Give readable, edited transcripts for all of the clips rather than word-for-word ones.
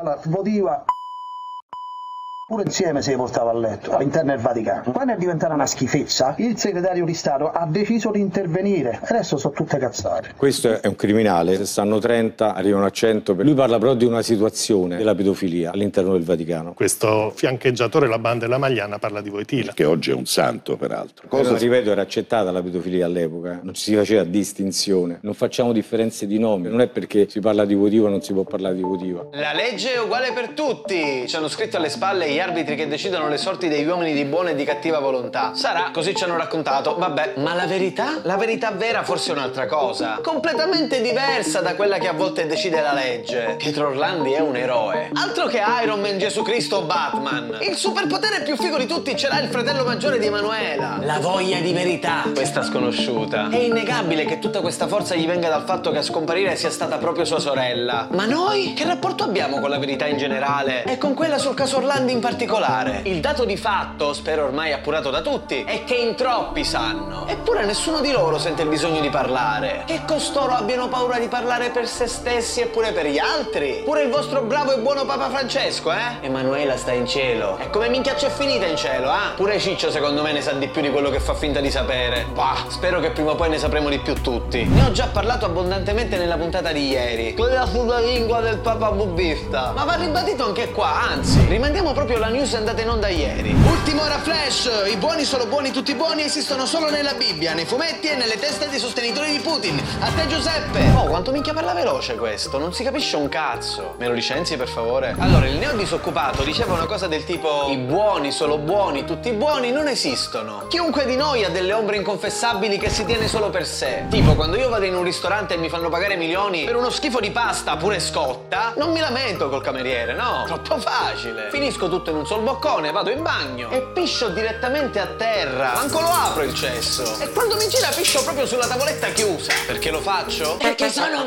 La votiva pure insieme si portava a letto all'interno del Vaticano. Quando è diventata una schifezza, il segretario di Stato ha deciso di intervenire. Adesso sono tutte cazzate. Questo è un criminale, se stanno 30 arrivano a 100. Lui parla però di una situazione della pedofilia all'interno del Vaticano. Questo fiancheggiatore, la banda della Magliana, parla di Wojtyla, che oggi è un santo peraltro. Cosa, ripeto, era accettata la pedofilia all'epoca, non si faceva distinzione, non facciamo differenze di nomi, non è perché si parla di Wojtyla non si può parlare di Wojtyla. La legge è uguale per tutti, ci hanno scritto alle spalle gli arbitri che decidono le sorti degli uomini di buona e di cattiva volontà. Sarà, così ci hanno raccontato, vabbè, ma la verità? La verità vera forse è un'altra cosa, completamente diversa da quella che a volte decide la legge. Pietro Orlandi è un eroe, altro che Iron Man, Gesù Cristo o Batman. Il superpotere più figo di tutti ce l'ha il fratello maggiore di Emanuela, la voglia di verità, questa sconosciuta. È innegabile che tutta questa forza gli venga dal fatto che a scomparire sia stata proprio sua sorella. Ma noi? Che rapporto abbiamo con la verità in generale e con quella sul caso Orlandi in particolare? Il dato di fatto, spero ormai appurato da tutti, è che in troppi sanno. Eppure nessuno di loro sente il bisogno di parlare. Che costoro abbiano paura di parlare per se stessi e pure per gli altri. Pure il vostro bravo e buono Papa Francesco, Emanuela sta in cielo. E come minchiaccia è finita in cielo, Pure Ciccio secondo me ne sa di più di quello che fa finta di sapere. Bah, spero che prima o poi ne sapremo di più tutti. Ne ho già parlato abbondantemente nella puntata di ieri, quella sulla lingua del Papa bubbista. Ma va ribadito anche qua, anzi, rimandiamo proprio la news andata in onda ieri. Ultima ora flash, i buoni sono buoni, tutti buoni esistono solo nella Bibbia, nei fumetti e nelle teste dei sostenitori di Putin. A te Giuseppe! Oh, quanto minchia parla veloce questo, non si capisce un cazzo. Me lo licenzi per favore? Allora, il neo disoccupato diceva una cosa del tipo: i buoni sono buoni, tutti buoni non esistono. Chiunque di noi ha delle ombre inconfessabili che si tiene solo per sé. Tipo, quando io vado in un ristorante e mi fanno pagare milioni per uno schifo di pasta pure scotta, non mi lamento col cameriere, no? Troppo facile. Finisco tutto in un sol boccone, vado in bagno e piscio direttamente a terra. Manco lo apro il cesso. E quando mi gira piscio proprio sulla tavoletta chiusa. Perché lo faccio? Perché sono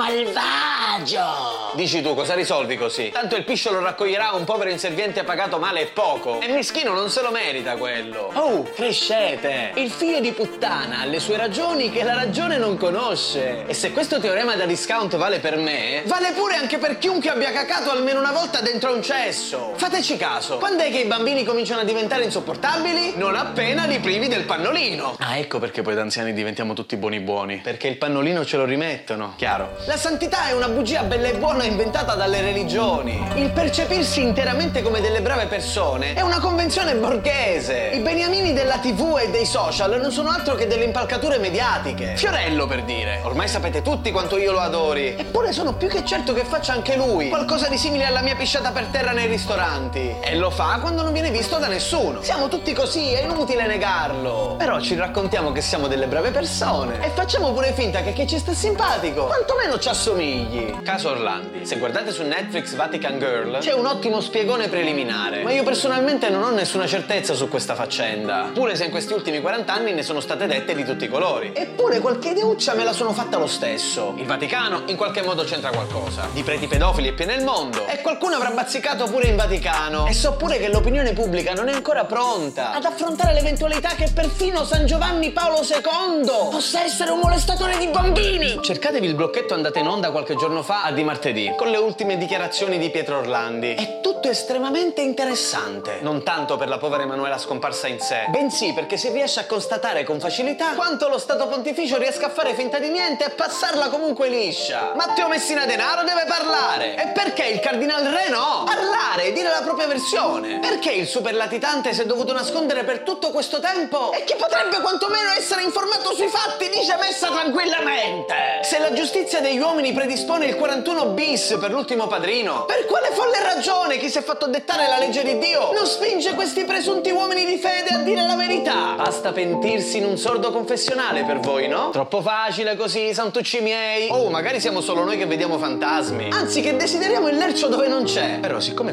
malvagio. Dici tu, cosa risolvi così? Tanto il piscio lo raccoglierà un povero inserviente pagato male e poco. E Mischino non se lo merita quello. Oh, crescete. Il figlio di puttana ha le sue ragioni che la ragione non conosce. E se questo teorema da discount vale per me, vale pure anche per chiunque abbia cacato almeno una volta dentro un cesso. Fateci caso, quando è che i bambini cominciano a diventare insopportabili? Non appena li privi del pannolino. Ah, ecco perché poi da anziani diventiamo tutti buoni buoni. Perché il pannolino ce lo rimettono. Chiaro. La santità è una bugia bella e buona inventata dalle religioni. Il percepirsi interamente come delle brave persone è una convenzione borghese. I beniamini della TV e dei social non sono altro che delle impalcature mediatiche. Fiorello, per dire. Ormai sapete tutti quanto io lo adori. Eppure sono più che certo che faccia anche lui qualcosa di simile alla mia pisciata per terra nei ristoranti. E lo fa quando non viene visto da nessuno. Siamo tutti così, è inutile negarlo. Però ci raccontiamo che siamo delle brave persone e facciamo pure finta che chi ci sta simpatico quantomeno ci assomigli. Caso Orlandi. Se guardate su Netflix Vatican Girl c'è un ottimo spiegone preliminare, ma io personalmente non ho nessuna certezza su questa faccenda, pure se in questi ultimi 40 anni ne sono state dette di tutti i colori. Eppure qualche ideuccia me la sono fatta lo stesso. Il Vaticano in qualche modo c'entra qualcosa. Di preti pedofili è pieno il mondo e qualcuno avrà bazzicato pure in Vaticano. E so pure che l'opinione pubblica non è ancora pronta ad affrontare l'eventualità che perfino San Giovanni Paolo II possa essere un molestatore di bambini. Cercatevi il blocchetto andato in onda qualche giorno fa a Di Martedì con le ultime dichiarazioni di Pietro Orlandi. È tutto estremamente interessante, non tanto per la povera Emanuela scomparsa in sé, bensì perché si riesce a constatare con facilità quanto lo Stato Pontificio riesca a fare finta di niente e passarla comunque liscia. Matteo Messina Denaro deve parlare. E perché il Cardinal Re no? Parlare e dire la propria versione. Perché il superlatitante si è dovuto nascondere per tutto questo tempo? E chi potrebbe quantomeno essere informato sui fatti dice messa tranquillamente. Se la giustizia degli uomini predispone il 41 bis per l'ultimo padrino, per quale folle ragione chi si è fatto dettare la legge di Dio non spinge questi presunti uomini di fede a dire la verità? Basta pentirsi in un sordo confessionale per voi, no? Troppo facile così, santucci miei. Oh, magari siamo solo noi che vediamo fantasmi, anzi che desideriamo il lercio dove non c'è. Però siccome qua c'è gente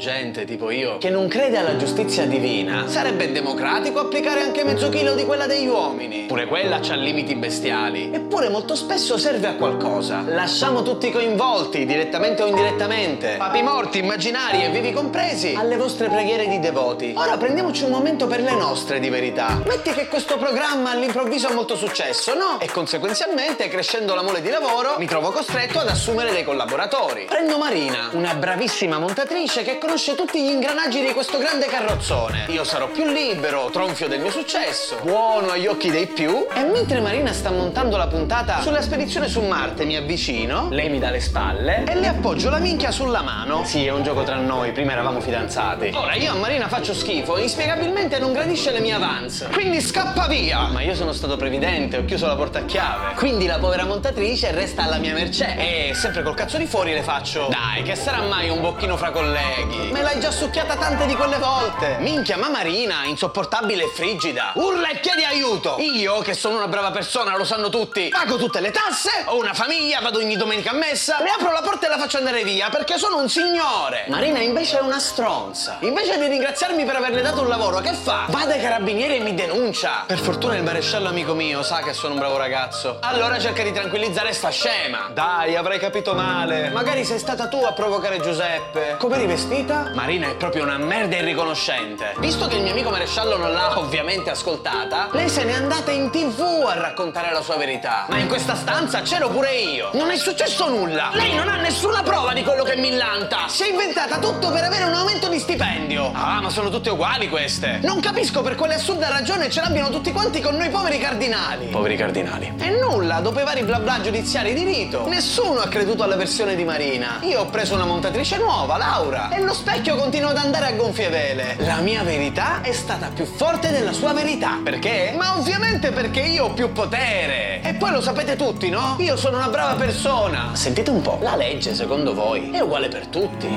gente, tipo io, che non crede alla giustizia divina, sarebbe democratico applicare anche mezzo chilo di quella degli uomini. Pure quella c'ha limiti bestiali. Eppure molto spesso serve a qualcosa. Lasciamo tutti coinvolti, direttamente o indirettamente, papi morti, immaginari e vivi compresi, alle vostre preghiere di devoti. Ora prendiamoci un momento per le nostre di verità. Metti che questo programma all'improvviso ha molto successo, no? E conseguenzialmente, crescendo la mole di lavoro, mi trovo costretto ad assumere dei collaboratori. Prendo Marina, una bravissima montatrice che conosce tutti gli ingranaggi di questo grande carrozzone. Io sarò più libero, tronfio del mio successo, buono agli occhi dei più. E mentre Marina sta montando la puntata sulla spedizione su Marte, mi avvicino, lei mi dà le spalle e le appoggio la minchia sulla mano. Sì, è un gioco tra noi, prima eravamo fidanzati. Ora io a Marina faccio schifo e inspiegabilmente non gradisce le mie avance. Quindi scappa via! Ma io sono stato previdente, ho chiuso la porta a chiave. Quindi la povera montatrice resta alla mia mercé. E sempre col cazzo di fuori le faccio: dai, che sarà mai un bocchino fra colleghi? Me l'hai già succhiata tante di quelle volte. Minchia, ma Marina, insopportabile e frigida, urla e chiedi aiuto. Io, che sono una brava persona, lo sanno tutti, pago tutte le tasse, ho una famiglia, vado ogni domenica a messa, le apro la porta e la faccio andare via perché sono un signore. Marina invece è una stronza. Invece di ringraziarmi per averle dato un lavoro, che fa? Va dai carabinieri e mi denuncia. Per fortuna il maresciallo amico mio sa che sono un bravo ragazzo. Allora cerca di tranquillizzare sta scema. Dai, avrai capito male. Magari sei stata tu a provocare Giuseppe. Come eri vestita? Marina è proprio una merda irriconoscente. Visto che il mio amico maresciallo non l'ha ovviamente ascoltata, lei se n'è andata in TV a raccontare la sua verità. Ma in questa stanza c'ero pure io. Non è successo nulla. Lei non ha nessuna prova di quello che millanta. Si è inventata tutto per avere un aumento di stipendio. Ah, ma sono tutte uguali queste. Non capisco per quale assurda ragione ce l'abbiano tutti quanti con noi poveri cardinali. Poveri cardinali. E nulla, dopo i vari bla bla giudiziari di rito, nessuno ha creduto alla versione di Marina. Io ho preso una montatrice nuova, Laura, e lo specchio continua ad andare a gonfie vele. La mia verità è stata più forte della sua verità. Perché? Ma ovviamente perché io ho più potere. E poi lo sapete tutti, no? Io sono una brava persona. Sentite un po', la legge secondo voi è uguale per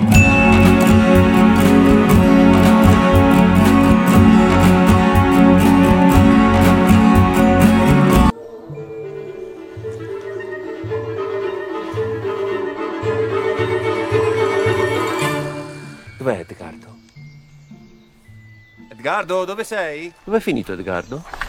tutti. Dov'è Edgardo? Edgardo, dove sei? Dove è finito Edgardo?